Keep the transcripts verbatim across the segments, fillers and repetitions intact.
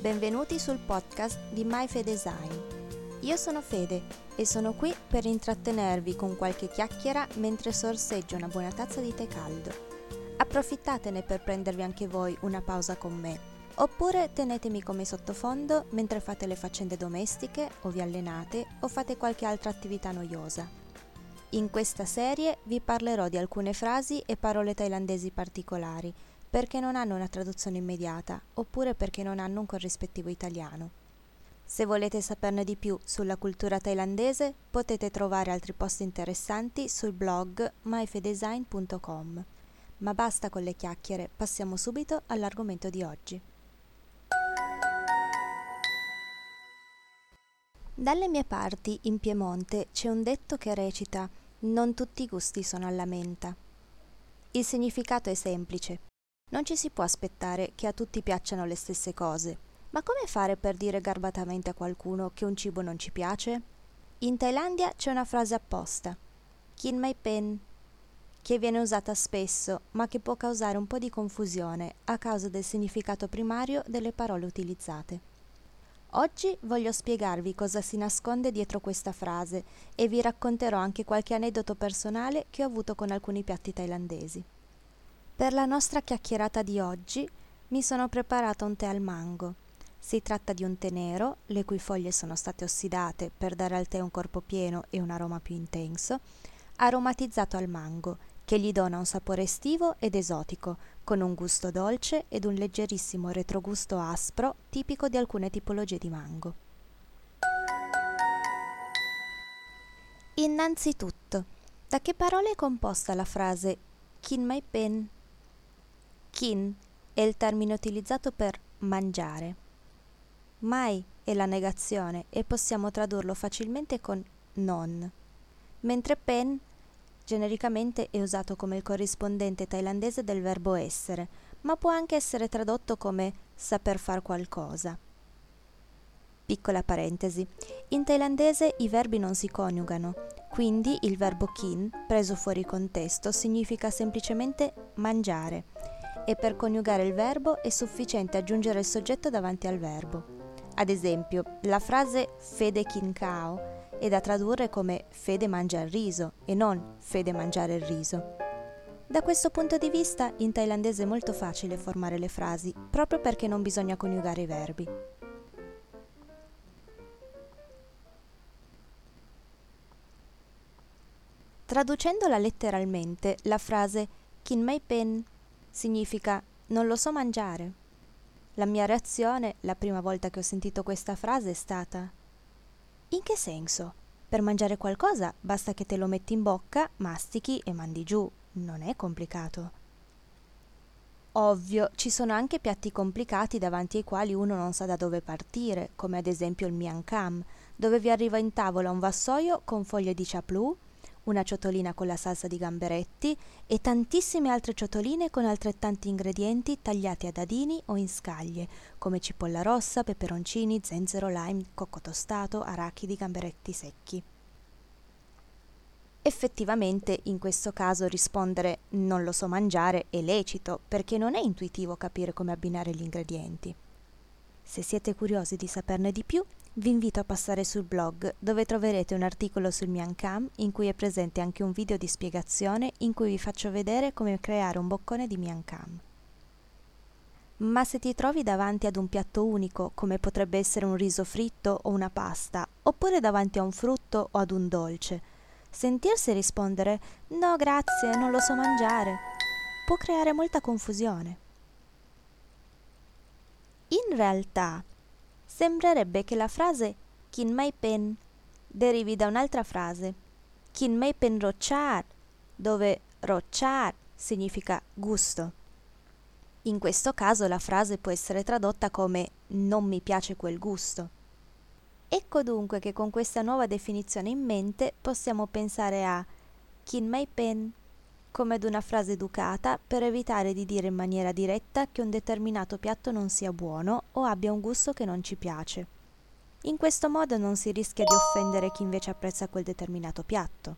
benvenuti sul podcast di MyFedesign. Io sono Fede e sono qui per intrattenervi con qualche chiacchiera mentre sorseggio una buona tazza di tè caldo. Approfittatene per prendervi anche voi una pausa con me, oppure tenetemi come sottofondo mentre fate le faccende domestiche o vi allenate o fate qualche altra attività noiosa. In questa serie vi parlerò di alcune frasi e parole thailandesi particolari, perché non hanno una traduzione immediata, oppure perché non hanno un corrispettivo italiano. Se volete saperne di più sulla cultura thailandese, potete trovare altri post interessanti sul blog my fedesign punto com. Ma basta con le chiacchiere, passiamo subito all'argomento di oggi. Dalle mie parti, in Piemonte, c'è un detto che recita: non tutti i gusti sono alla menta. Il significato è semplice. Non ci si può aspettare che a tutti piacciono le stesse cose, ma come fare per dire garbatamente a qualcuno che un cibo non ci piace? In Thailandia c'è una frase apposta, Kin Mai Pen, che viene usata spesso, ma che può causare un po' di confusione a causa del significato primario delle parole utilizzate. Oggi voglio spiegarvi cosa si nasconde dietro questa frase e vi racconterò anche qualche aneddoto personale che ho avuto con alcuni piatti thailandesi. Per la nostra chiacchierata di oggi mi sono preparata un tè al mango. Si tratta di un tè nero, le cui foglie sono state ossidate per dare al tè un corpo pieno e un aroma più intenso, aromatizzato al mango, che gli dona un sapore estivo ed esotico, con un gusto dolce ed un leggerissimo retrogusto aspro tipico di alcune tipologie di mango. Innanzitutto, da che parola è composta la frase Kin Mai Pen? Kin è il termine utilizzato per mangiare. Mai è la negazione e possiamo tradurlo facilmente con non, mentre pen genericamente è usato come il corrispondente thailandese del verbo essere, ma può anche essere tradotto come saper far qualcosa. Piccola parentesi, in thailandese i verbi non si coniugano, quindi il verbo kin, preso fuori contesto, significa semplicemente mangiare, e per coniugare il verbo è sufficiente aggiungere il soggetto davanti al verbo. Ad esempio, la frase Fede kin kao è da tradurre come Fede mangia il riso e non Fede mangiare il riso. Da questo punto di vista, in thailandese è molto facile formare le frasi, proprio perché non bisogna coniugare i verbi. Traducendola letteralmente, la frase Kin Mai Pen significa non lo so mangiare. La mia reazione, la prima volta che ho sentito questa frase, è stata: in che senso? Per mangiare qualcosa basta che te lo metti in bocca, mastichi e mandi giù, non è complicato. Ovvio, ci sono anche piatti complicati davanti ai quali uno non sa da dove partire, come ad esempio il Miang Kham, dove vi arriva in tavola un vassoio con foglie di chaplu, una ciotolina con la salsa di gamberetti e tantissime altre ciotoline con altrettanti ingredienti tagliati a dadini o in scaglie, come cipolla rossa, peperoncini, zenzero, lime, cocco tostato, arachidi, gamberetti secchi. Effettivamente, in questo caso rispondere non lo so mangiare è lecito, perché non è intuitivo capire come abbinare gli ingredienti. Se siete curiosi di saperne di più, vi invito a passare sul blog, dove troverete un articolo sul Miang Kham in cui è presente anche un video di spiegazione in cui vi faccio vedere come creare un boccone di Miang Kham. Ma se ti trovi davanti ad un piatto unico, come potrebbe essere un riso fritto o una pasta, oppure davanti a un frutto o ad un dolce, sentirsi rispondere «No, grazie, non lo so mangiare» può creare molta confusione. In realtà, sembrerebbe che la frase Kin Mai Pen derivi da un'altra frase, Kin Mai Pen Rochat, dove Rochat significa gusto. In questo caso la frase può essere tradotta come non mi piace quel gusto. Ecco dunque che con questa nuova definizione in mente possiamo pensare a Kin Mai Pen come ad una frase educata per evitare di dire in maniera diretta che un determinato piatto non sia buono o abbia un gusto che non ci piace. In questo modo non si rischia di offendere chi invece apprezza quel determinato piatto.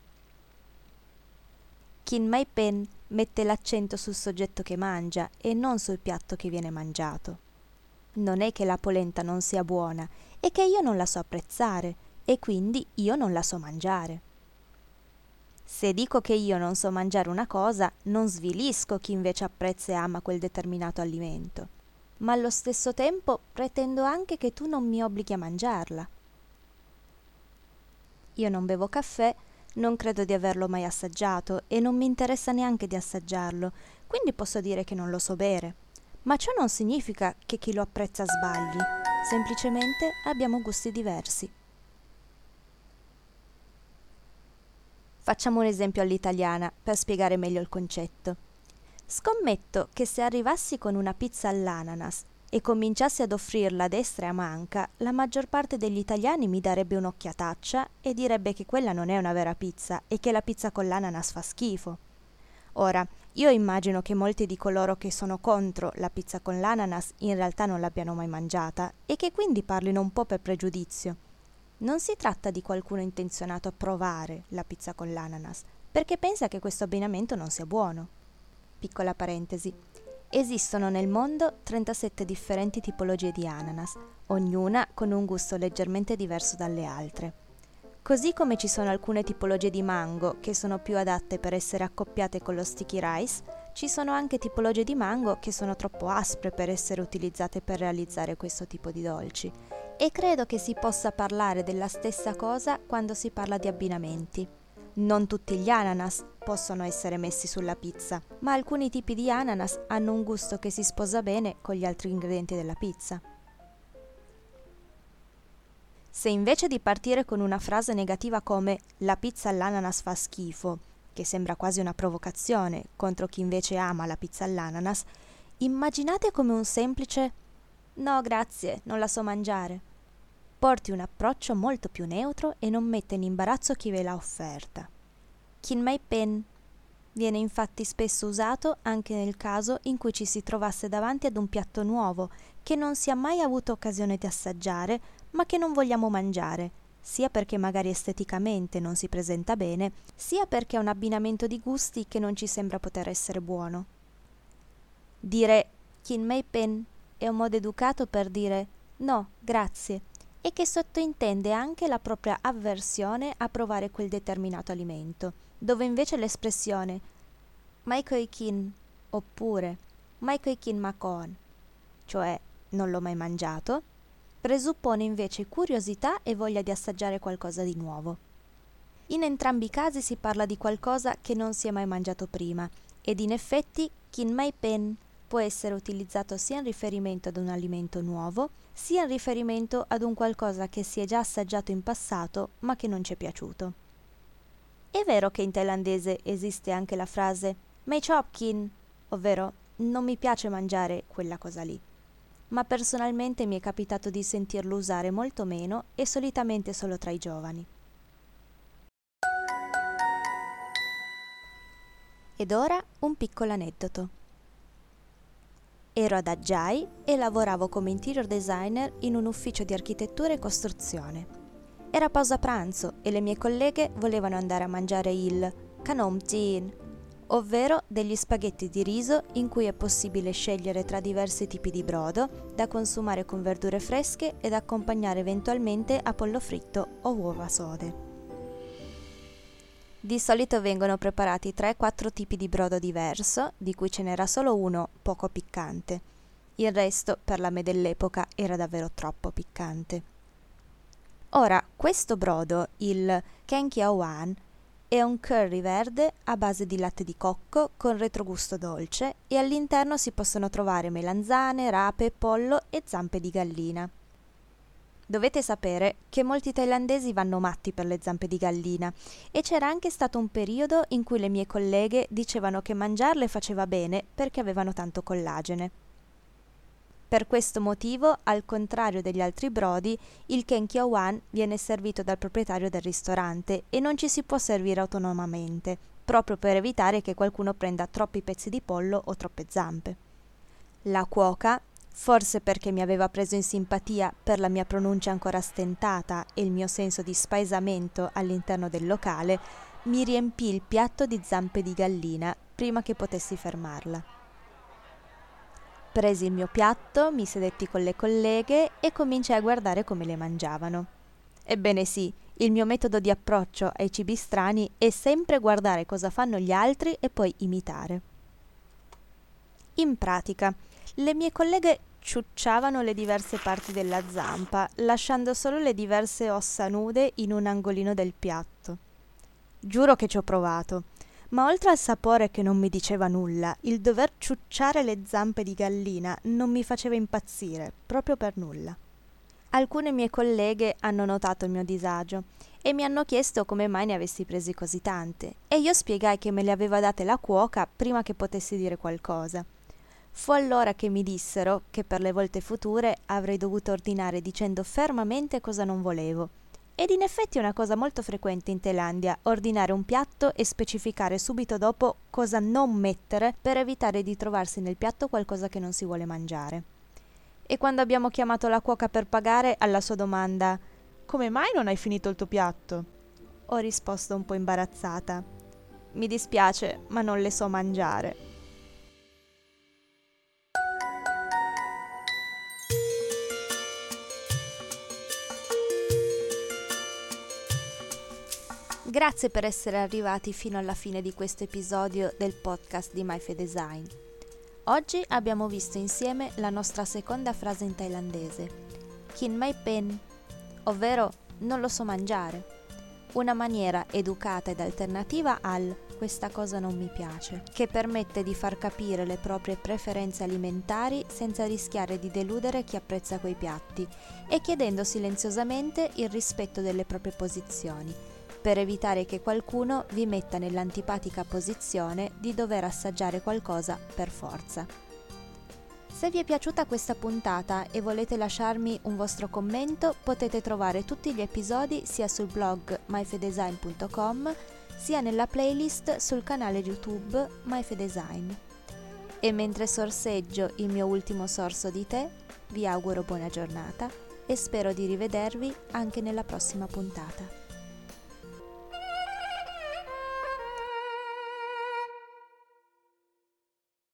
Kin Mai Pen mette l'accento sul soggetto che mangia e non sul piatto che viene mangiato. Non è che la polenta non sia buona, è che io non la so apprezzare e quindi io non la so mangiare. Se dico che io non so mangiare una cosa, non svilisco chi invece apprezza e ama quel determinato alimento, ma allo stesso tempo pretendo anche che tu non mi obblighi a mangiarla. Io non bevo caffè, non credo di averlo mai assaggiato e non mi interessa neanche di assaggiarlo, quindi posso dire che non lo so bere. Ma ciò non significa che chi lo apprezza sbagli, semplicemente abbiamo gusti diversi. Facciamo un esempio all'italiana per spiegare meglio il concetto. Scommetto che se arrivassi con una pizza all'ananas e cominciassi ad offrirla a destra e a manca, la maggior parte degli italiani mi darebbe un'occhiataccia e direbbe che quella non è una vera pizza e che la pizza con l'ananas fa schifo. Ora, io immagino che molti di coloro che sono contro la pizza con l'ananas in realtà non l'abbiano mai mangiata e che quindi parlino un po' per pregiudizio. Non si tratta di qualcuno intenzionato a provare la pizza con l'ananas, perché pensa che questo abbinamento non sia buono. Piccola parentesi. Esistono nel mondo trentasette differenti tipologie di ananas, ognuna con un gusto leggermente diverso dalle altre. Così come ci sono alcune tipologie di mango che sono più adatte per essere accoppiate con lo sticky rice, ci sono anche tipologie di mango che sono troppo aspre per essere utilizzate per realizzare questo tipo di dolci. E credo che si possa parlare della stessa cosa quando si parla di abbinamenti. Non tutti gli ananas possono essere messi sulla pizza, ma alcuni tipi di ananas hanno un gusto che si sposa bene con gli altri ingredienti della pizza. Se invece di partire con una frase negativa come «la pizza all'ananas fa schifo», che sembra quasi una provocazione contro chi invece ama la pizza all'ananas, immaginate come un semplice «no grazie, non la so mangiare». Porti un approccio molto più neutro e non mette in imbarazzo chi ve l'ha offerta. Kin mai pen viene infatti spesso usato anche nel caso in cui ci si trovasse davanti ad un piatto nuovo che non si ha mai avuto occasione di assaggiare, ma che non vogliamo mangiare, sia perché magari esteticamente non si presenta bene, sia perché è un abbinamento di gusti che non ci sembra poter essere buono. Dire Kin mai pen è un modo educato per dire no, grazie, e che sottointende anche la propria avversione a provare quel determinato alimento, dove invece l'espressione Maikoi kin oppure Maikoi kin makon, cioè non l'ho mai mangiato, presuppone invece curiosità e voglia di assaggiare qualcosa di nuovo. In entrambi i casi si parla di qualcosa che non si è mai mangiato prima, ed in effetti kin mai pen può essere utilizzato sia in riferimento ad un alimento nuovo, sia in riferimento ad un qualcosa che si è già assaggiato in passato ma che non ci è piaciuto. È vero che in thailandese esiste anche la frase Mai chop kin, ovvero non mi piace mangiare quella cosa lì, ma personalmente mi è capitato di sentirlo usare molto meno e solitamente solo tra i giovani. Ed ora un piccolo aneddoto. Ero ad Aggiai e lavoravo come interior designer in un ufficio di architettura e costruzione. Era pausa pranzo e le mie colleghe volevano andare a mangiare il kanom jin, ovvero degli spaghetti di riso in cui è possibile scegliere tra diversi tipi di brodo da consumare con verdure fresche ed accompagnare eventualmente a pollo fritto o uova sode. Di solito vengono preparati tre quattro tipi di brodo diverso, di cui ce n'era solo uno poco piccante. Il resto, per la me dell'epoca, era davvero troppo piccante. Ora, questo brodo, il Ken Kiao Wan, è un curry verde a base di latte di cocco con retrogusto dolce e all'interno si possono trovare melanzane, rape, pollo e zampe di gallina. Dovete sapere che molti thailandesi vanno matti per le zampe di gallina e c'era anche stato un periodo in cui le mie colleghe dicevano che mangiarle faceva bene perché avevano tanto collagene. Per questo motivo, al contrario degli altri brodi, il Ken Kiao Wan viene servito dal proprietario del ristorante e non ci si può servire autonomamente, proprio per evitare che qualcuno prenda troppi pezzi di pollo o troppe zampe. La cuoca, forse perché mi aveva preso in simpatia per la mia pronuncia ancora stentata e il mio senso di spaesamento all'interno del locale, mi riempì il piatto di zampe di gallina prima che potessi fermarla. Presi il mio piatto, mi sedetti con le colleghe e cominciai a guardare come le mangiavano. Ebbene sì, il mio metodo di approccio ai cibi strani è sempre guardare cosa fanno gli altri e poi imitare. In pratica, le mie colleghe ciucciavano le diverse parti della zampa, lasciando solo le diverse ossa nude in un angolino del piatto. Giuro che ci ho provato. Ma oltre al sapore che non mi diceva nulla, il dover ciucciare le zampe di gallina non mi faceva impazzire, proprio per nulla. Alcune mie colleghe hanno notato il mio disagio e mi hanno chiesto come mai ne avessi presi così tante, e io spiegai che me le aveva date la cuoca prima che potessi dire qualcosa. Fu allora che mi dissero che per le volte future avrei dovuto ordinare dicendo fermamente cosa non volevo. Ed in effetti è una cosa molto frequente in Thailandia, ordinare un piatto e specificare subito dopo cosa non mettere per evitare di trovarsi nel piatto qualcosa che non si vuole mangiare. E quando abbiamo chiamato la cuoca per pagare, alla sua domanda «Come mai non hai finito il tuo piatto?», ho risposto un po' imbarazzata «Mi dispiace, ma non le so mangiare». Grazie per essere arrivati fino alla fine di questo episodio del podcast di MyFedesign. Oggi abbiamo visto insieme la nostra seconda frase in thailandese, Kin mai pen, ovvero non lo so mangiare, una maniera educata ed alternativa al questa cosa non mi piace, che permette di far capire le proprie preferenze alimentari senza rischiare di deludere chi apprezza quei piatti e chiedendo silenziosamente il rispetto delle proprie posizioni, per evitare che qualcuno vi metta nell'antipatica posizione di dover assaggiare qualcosa per forza. Se vi è piaciuta questa puntata e volete lasciarmi un vostro commento, potete trovare tutti gli episodi sia sul blog myfedesign punto com sia nella playlist sul canale YouTube MyFedesign. E mentre sorseggio il mio ultimo sorso di tè, vi auguro buona giornata e spero di rivedervi anche nella prossima puntata.